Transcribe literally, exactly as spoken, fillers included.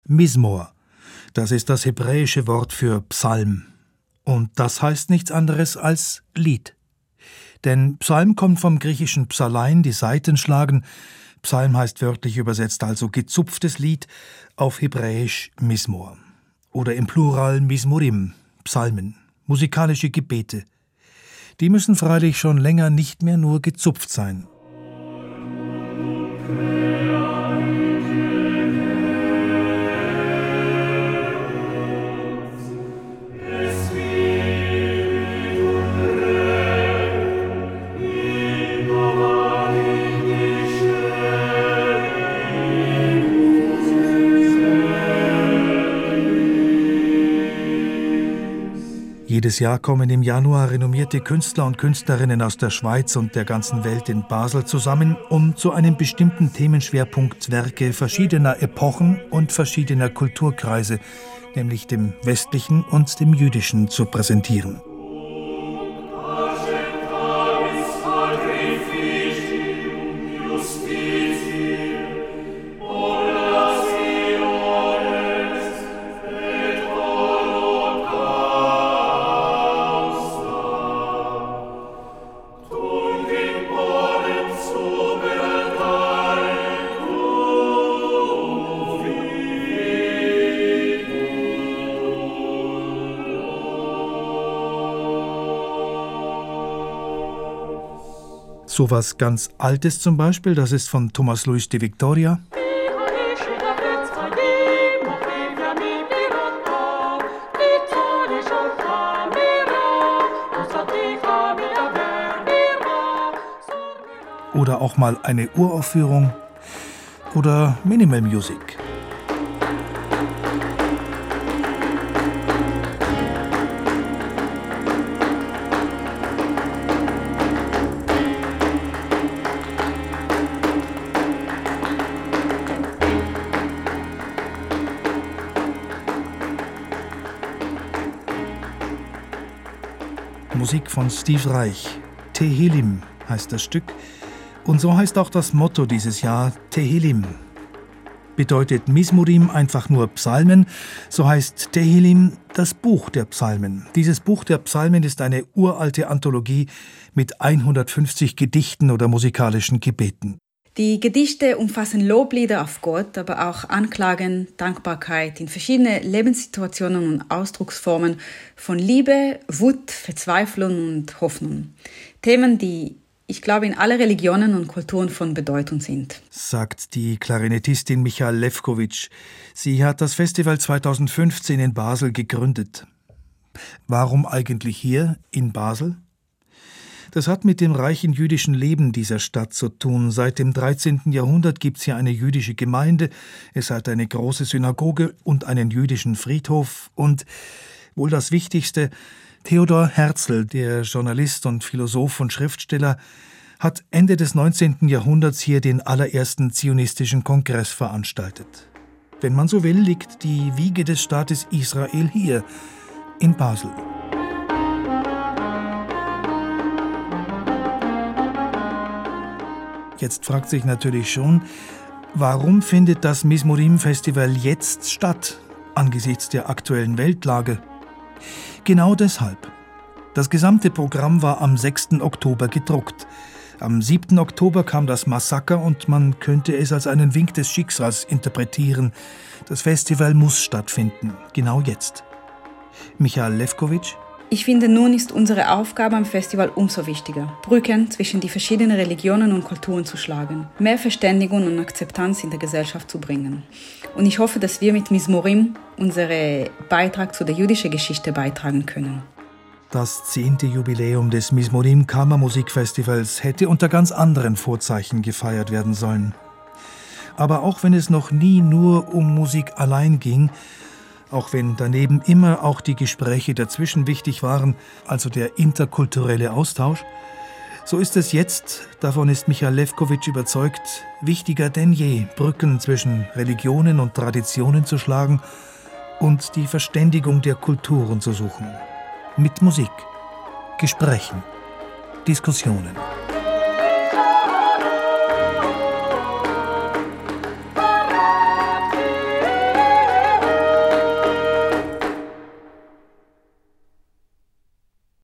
Mismor. Das ist das hebräische Wort für Psalm. Und das heißt nichts anderes als Lied. Denn Psalm kommt vom griechischen Psalein, die Saiten schlagen. Psalm heißt wörtlich übersetzt also gezupftes Lied, auf Hebräisch Mismor. Oder im Plural Mismorim, Psalmen, musikalische Gebete. Die müssen freilich schon länger nicht mehr nur gezupft sein. Jedes Jahr kommen im Januar renommierte Künstler und Künstlerinnen aus der Schweiz und der ganzen Welt in Basel zusammen, um zu einem bestimmten Themenschwerpunkt Werke verschiedener Epochen und verschiedener Kulturkreise, nämlich dem westlichen und dem jüdischen, zu präsentieren. So was ganz Altes zum Beispiel, das ist von Thomas Luis de Victoria. Oder auch mal eine Uraufführung. Oder Minimal Music. Musik von Steve Reich. Tehillim heißt das Stück. Und so heißt auch das Motto dieses Jahr, Tehillim. Bedeutet Mismorim einfach nur Psalmen, so heißt Tehillim das Buch der Psalmen. Dieses Buch der Psalmen ist eine uralte Anthologie mit hundertfünfzig Gedichten oder musikalischen Gebeten. Die Gedichte umfassen Loblieder auf Gott, aber auch Anklagen, Dankbarkeit in verschiedene Lebenssituationen und Ausdrucksformen von Liebe, Wut, Verzweiflung und Hoffnung. Themen, die, ich glaube, in alle Religionen und Kulturen von Bedeutung sind. Sagt die Klarinettistin Michael Lefkovic. Sie hat das Festival zweitausendfünfzehn in Basel gegründet. Warum eigentlich hier in Basel? Das hat mit dem reichen jüdischen Leben dieser Stadt zu tun. Seit dem dreizehnten Jahrhundert gibt es hier eine jüdische Gemeinde, es hat eine große Synagoge und einen jüdischen Friedhof und, wohl das Wichtigste, Theodor Herzl, der Journalist und Philosoph und Schriftsteller, hat Ende des neunzehnten Jahrhunderts hier den allerersten zionistischen Kongress veranstaltet. Wenn man so will, liegt die Wiege des Staates Israel hier, in Basel. Jetzt fragt sich natürlich schon, warum findet das Mismorim-Festival jetzt statt, angesichts der aktuellen Weltlage? Genau deshalb. Das gesamte Programm war am sechsten Oktober gedruckt. Am siebten Oktober kam das Massaker und man könnte es als einen Wink des Schicksals interpretieren. Das Festival muss stattfinden, genau jetzt. Michael Lefkovic. Ich finde, nun ist unsere Aufgabe am Festival umso wichtiger, Brücken zwischen die verschiedenen Religionen und Kulturen zu schlagen, mehr Verständigung und Akzeptanz in der Gesellschaft zu bringen. Und ich hoffe, dass wir mit Mismorim unseren Beitrag zu der jüdischen Geschichte beitragen können. Das zehnte Jubiläum des Mismorim Kammermusikfestivals hätte unter ganz anderen Vorzeichen gefeiert werden sollen. Aber auch wenn es noch nie nur um Musik allein ging, auch wenn daneben immer auch die Gespräche dazwischen wichtig waren, also der interkulturelle Austausch, so ist es jetzt, davon ist Michael Lefkovic überzeugt, wichtiger denn je, Brücken zwischen Religionen und Traditionen zu schlagen und die Verständigung der Kulturen zu suchen. Mit Musik, Gesprächen, Diskussionen.